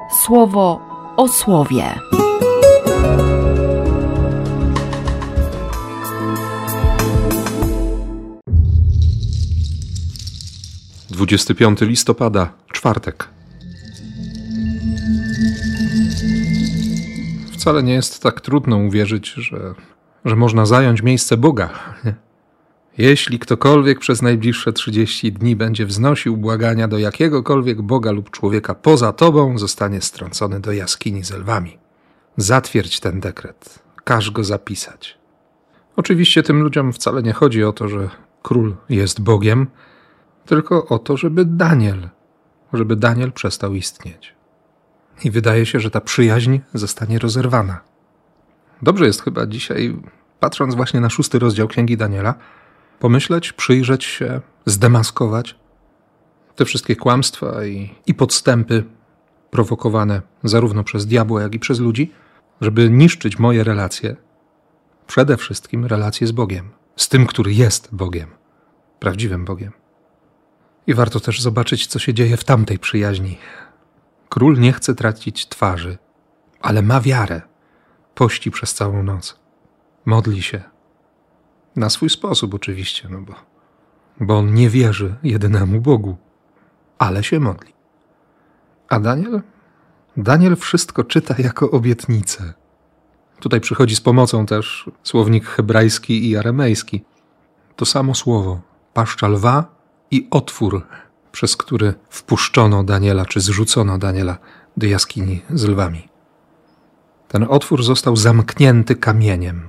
Słowo o słowie. Dwudziesty 25 listopada, czwartek. Wcale nie jest tak trudno uwierzyć, że można zająć miejsce Boga. Jeśli ktokolwiek przez najbliższe 30 dni będzie wznosił błagania do jakiegokolwiek Boga lub człowieka poza Tobą, zostanie strącony do jaskini z lwami. Zatwierdź ten dekret, każ go zapisać. Oczywiście tym ludziom wcale nie chodzi o to, że król jest Bogiem, tylko o to, żeby Daniel przestał istnieć. I wydaje się, że ta przyjaźń zostanie rozerwana. Dobrze jest chyba dzisiaj, patrząc właśnie na 6 rozdział Księgi Daniela, pomyśleć, przyjrzeć się, zdemaskować te wszystkie kłamstwa i podstępy prowokowane zarówno przez diabła, jak i przez ludzi, żeby niszczyć moje relacje, przede wszystkim relacje z Bogiem, z tym, który jest Bogiem, prawdziwym Bogiem. I warto też zobaczyć, co się dzieje w tamtej przyjaźni. Król nie chce tracić twarzy, ale ma wiarę. Pości przez całą noc. Modli się. Na swój sposób oczywiście, bo on nie wierzy jedynemu Bogu, ale się modli. A Daniel wszystko czyta jako obietnicę. Tutaj przychodzi z pomocą też słownik hebrajski i aramejski. To samo słowo, paszcza lwa i otwór, przez który wpuszczono Daniela, czy zrzucono Daniela do jaskini z lwami. Ten otwór został zamknięty kamieniem.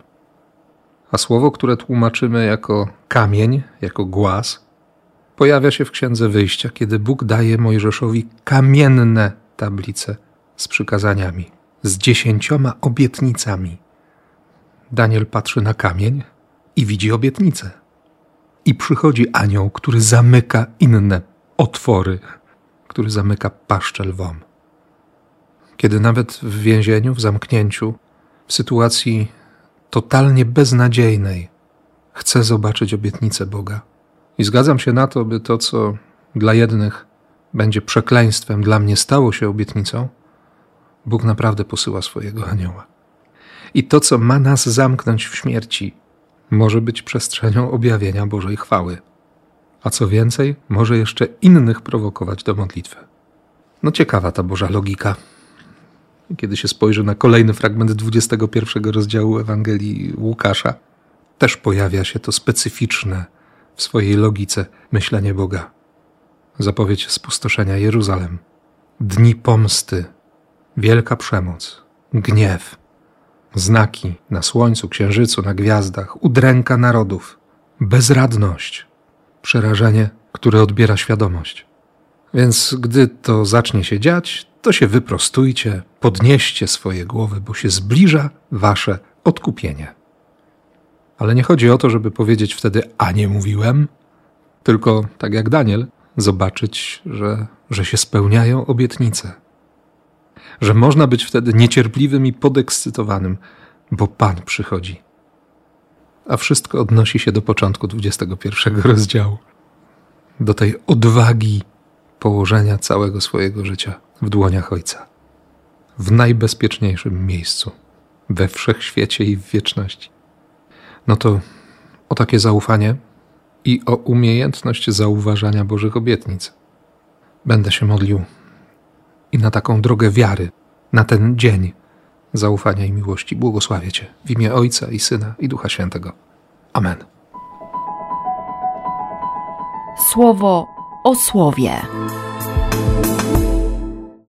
A słowo, które tłumaczymy jako kamień, jako głaz, pojawia się w Księdze Wyjścia, kiedy Bóg daje Mojżeszowi kamienne tablice z przykazaniami, z 10 obietnicami. Daniel patrzy na kamień i widzi obietnicę. I przychodzi anioł, który zamyka inne otwory, który zamyka paszczę lwom. Kiedy nawet w więzieniu, w zamknięciu, w sytuacji totalnie beznadziejnej, chcę zobaczyć obietnicę Boga. I zgadzam się na to, by to, co dla jednych będzie przekleństwem, dla mnie stało się obietnicą, Bóg naprawdę posyła swojego anioła. I to, co ma nas zamknąć w śmierci, może być przestrzenią objawienia Bożej chwały. A co więcej, może jeszcze innych prowokować do modlitwy. Ciekawa ta Boża logika. Kiedy się spojrzy na kolejny fragment 21 rozdziału Ewangelii Łukasza, też pojawia się to specyficzne w swojej logice myślenie Boga. Zapowiedź spustoszenia Jeruzalem. Dni pomsty, wielka przemoc, gniew, znaki na słońcu, księżycu, na gwiazdach, udręka narodów, bezradność, przerażenie, które odbiera świadomość. Więc gdy to zacznie się dziać, to się wyprostujcie, podnieście swoje głowy, bo się zbliża wasze odkupienie. Ale nie chodzi o to, żeby powiedzieć wtedy, a nie mówiłem, tylko tak jak Daniel, zobaczyć, że się spełniają obietnice. Że można być wtedy niecierpliwym i podekscytowanym, bo Pan przychodzi. A wszystko odnosi się do początku 21 rozdziału. Do tej odwagi położenia całego swojego życia w dłoniach Ojca. W najbezpieczniejszym miejscu, we wszechświecie i w wieczności. To o takie zaufanie i o umiejętność zauważania Bożych obietnic będę się modlił i na taką drogę wiary, na ten dzień zaufania i miłości błogosławię Cię w imię Ojca i Syna i Ducha Świętego. Amen. Słowo o słowie.